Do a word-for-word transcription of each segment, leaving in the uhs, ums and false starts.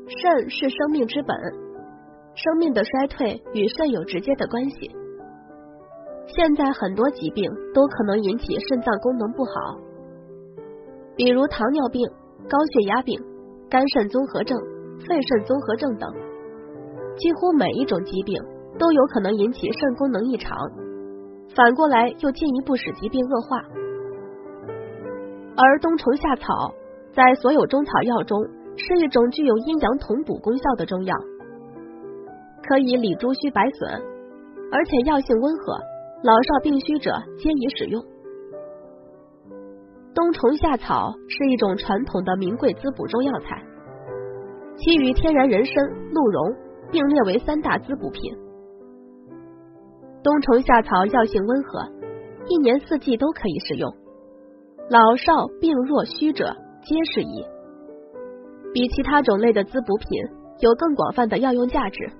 肾是生命之本，生命的衰退与肾有直接的关系。现在很多疾病都可能引起肾脏功能不好，比如糖尿病、高血压病、肝肾综合症、肺肾综合症等，几乎每一种疾病都有可能引起肾功能异常，反过来又进一步使疾病恶化。而冬虫夏草在所有中草药中是一种具有阴阳同补功效的中药，可以理诸虚百损，而且药性温和，老少病虚者皆宜使用。冬虫夏草是一种传统的名贵滋补中药材，其与天然人参、鹿茸并列为三大滋补品。冬虫夏草药性温和，一年四季都可以使用，老少病弱虚者皆适宜，比其他种类的滋补品有更广泛的药用价值。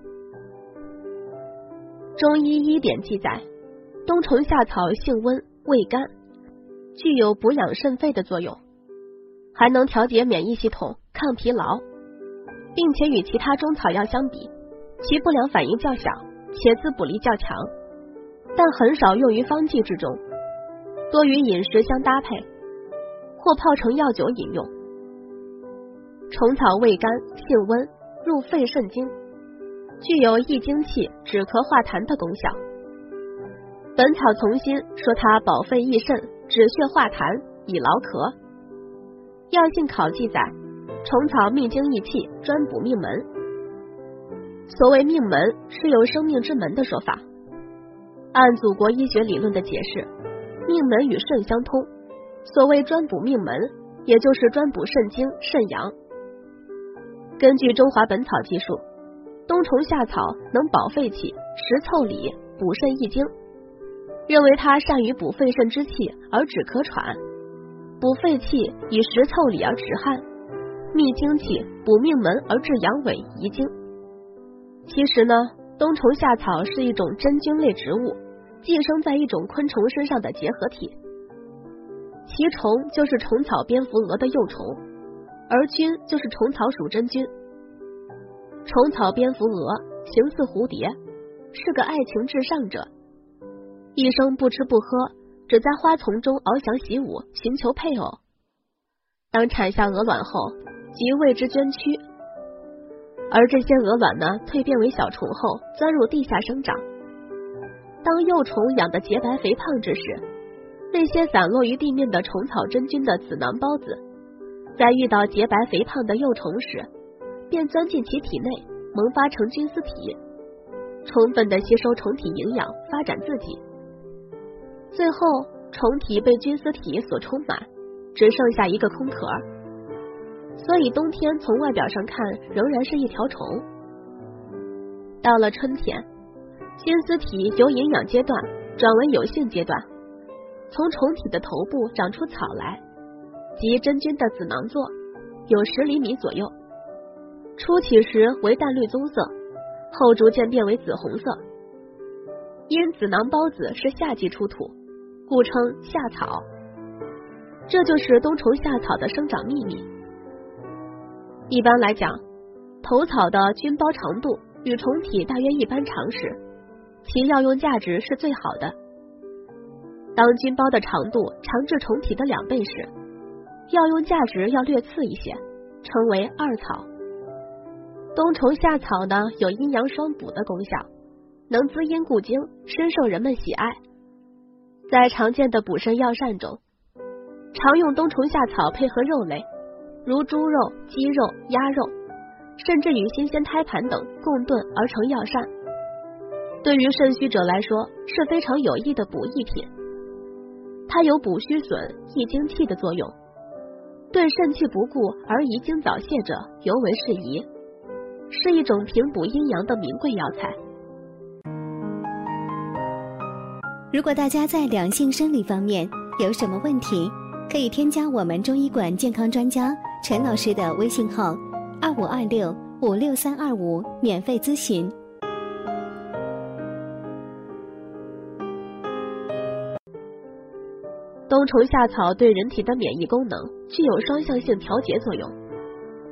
中医医典记载，冬虫夏草性温，味甘，具有补养肾肺的作用，还能调节免疫系统，抗疲劳，并且与其他中草药相比，其不良反应较小，且滋补力较强，但很少用于方剂之中，多与饮食相搭配，或泡成药酒饮用。虫草味甘，性温，入肺肾经，具有益精气、止咳化痰的功效。本草从心说它保肺益肾，止血化痰，以劳咳。药性考记载，虫草命经益气，专补命门。所谓命门，是有生命之门的说法。按祖国医学理论的解释，命门与肾相通，所谓专补命门，也就是专补肾经、肾阳。根据中华本草记述，冬虫夏草能保肺气、食腠理、补肾益精，认为它善于补肺肾之气而止咳喘，补肺气以食腠理而止汗，秘精气补命门而治阳痿遗精。其实呢，冬虫夏草是一种真菌类植物，寄生在一种昆虫身上的结合体，其虫就是虫草蝙蝠蛾的幼虫，而菌就是虫草属真菌。虫草蝙蝠蛾形似蝴蝶，是个爱情至上者，一生不吃不喝，只在花丛中翱翔习舞，寻求配偶。当产下鹅卵后，即为之捐躯，而这些鹅卵呢，蜕变为小虫后，钻入地下生长。当幼虫养得洁白肥胖之时，那些散落于地面的虫草真菌的子囊孢子，在遇到洁白肥胖的幼虫时，便钻进其体内，萌发成菌丝体，充分的吸收虫体营养，发展自己。最后，虫体被菌丝体所充满，只剩下一个空壳，所以冬天从外表上看仍然是一条虫。到了春天，菌丝体由营养阶段转为有性阶段，从虫体的头部长出草来，即真菌的子囊座，有十厘米左右。初起时为淡绿棕色，后逐渐变为紫红色。因子囊孢子是夏季出土，故称夏草。这就是冬虫夏草的生长秘密。一般来讲，头草的菌孢长度与虫体大约一般长时，其药用价值是最好的。当菌孢的长度长至虫体的两倍时，药用价值要略次一些，称为二草。冬虫夏草呢，有阴阳双补的功效，能滋阴固精，深受人们喜爱。在常见的补肾药膳中，常用冬虫夏草配合肉类，如猪肉、鸡肉、鸭肉，甚至与新鲜胎盘等共炖而成药膳。对于肾虚者来说是非常有益的补益品，它有补虚损、益精气的作用，对肾气不固而遗精早泄者尤为适宜，是一种平补阴阳的名贵药材。 如果大家在两性生理方面有什么问题，可以添加我们中医馆健康专家陈老师的微信号二五二六五六三二五免费咨询。 冬虫夏草对人体的免疫功能具有双向性调节作用，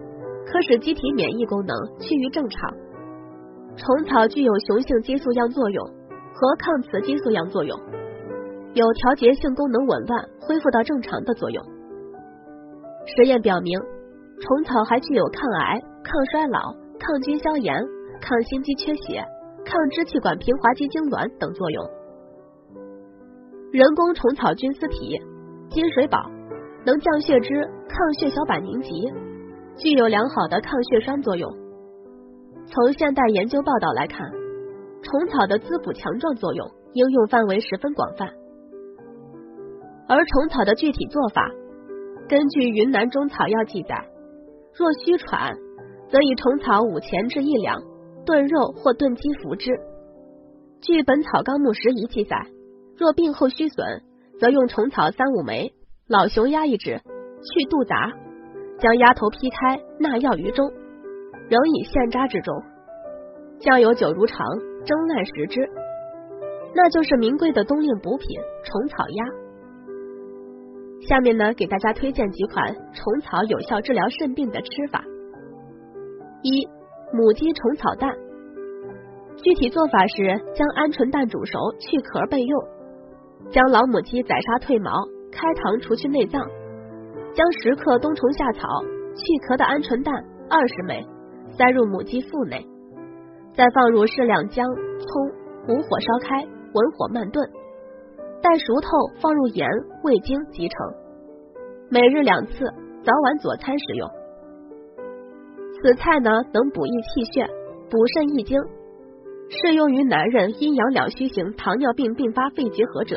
可使机体免疫功能趋于正常。虫草具有雄性激素样作用和抗雌激素样作用，有调节性功能紊乱、恢复到正常的作用。实验表明，虫草还具有抗癌、抗衰老、抗菌消炎、抗心肌缺血、抗支气管平滑肌痉挛等作用。人工虫草菌丝体金水宝能降血脂、抗血小板凝集，具有良好的抗血栓作用。从现代研究报道来看，虫草的滋补强壮作用应用范围十分广泛。而虫草的具体做法，根据云南中草药记载，若虚喘，则以虫草五钱至一两，炖肉或炖鸡服之。据《本草纲目拾遗》记载，若病后虚损，则用虫草三五枚，老熊鸭一只，去肚杂，将鸭头劈开，纳药于中，仍以现渣之中，酱油酒如常，蒸烂食之，那就是名贵的冬令补品虫草鸭。下面呢，给大家推荐几款虫草有效治疗肾病的吃法。一、母鸡虫草蛋。具体做法是将鹌鹑蛋煮熟，去壳备用，将老母鸡宰杀退毛，开膛除去内脏，将十克冬虫夏草去壳的鹌鹑蛋二十枚塞入母鸡腹内，再放入适量姜、葱，无火烧开，文火慢炖，待熟透放入盐、味精即成。每日两次，早晚佐餐食用。此菜呢，能补益气血，补肾益精，适用于男人阴阳两虚型糖尿病并发肺结核者。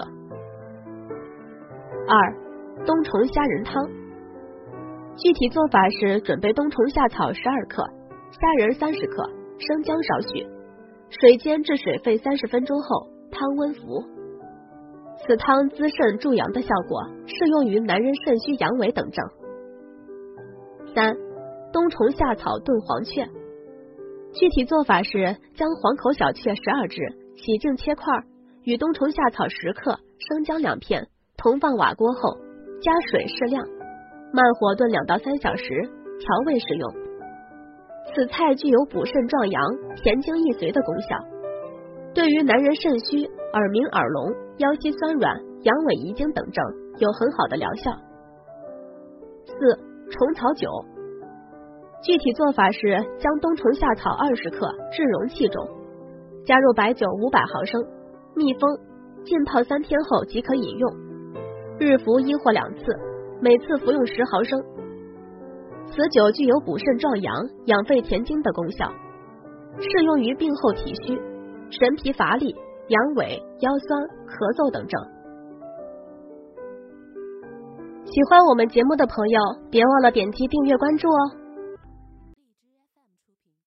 二、冬虫虾仁汤。具体做法是准备冬虫夏草十二克，虾仁三十克，生姜少许，水煎至水沸三十分钟后，汤温服。此汤滋肾助阳的效果，适用于男人肾虚阳痿等症。三、冬虫夏草炖黄雀。具体做法是将黄口小雀十二只洗净切块，与冬虫夏草十克、生姜两片同放瓦锅后，加水适量，慢火炖两到三小时，调味食用。此菜具有补肾壮阳、填精益髓的功效，对于男人肾虚、耳鸣耳聋、腰膝酸软、阳痿遗精等症有很好的疗效。四、虫草酒。具体做法是将冬虫夏草二十克置容器中，加入白酒五百毫升，密封，浸泡三天后即可饮用，日服一或两次，每次服用十毫升。此酒具有补肾壮阳、养肺填精的功效，适用于病后体虚、神疲乏力、阳痿、腰酸、咳嗽等症。喜欢我们节目的朋友，别忘了点击订阅关注哦。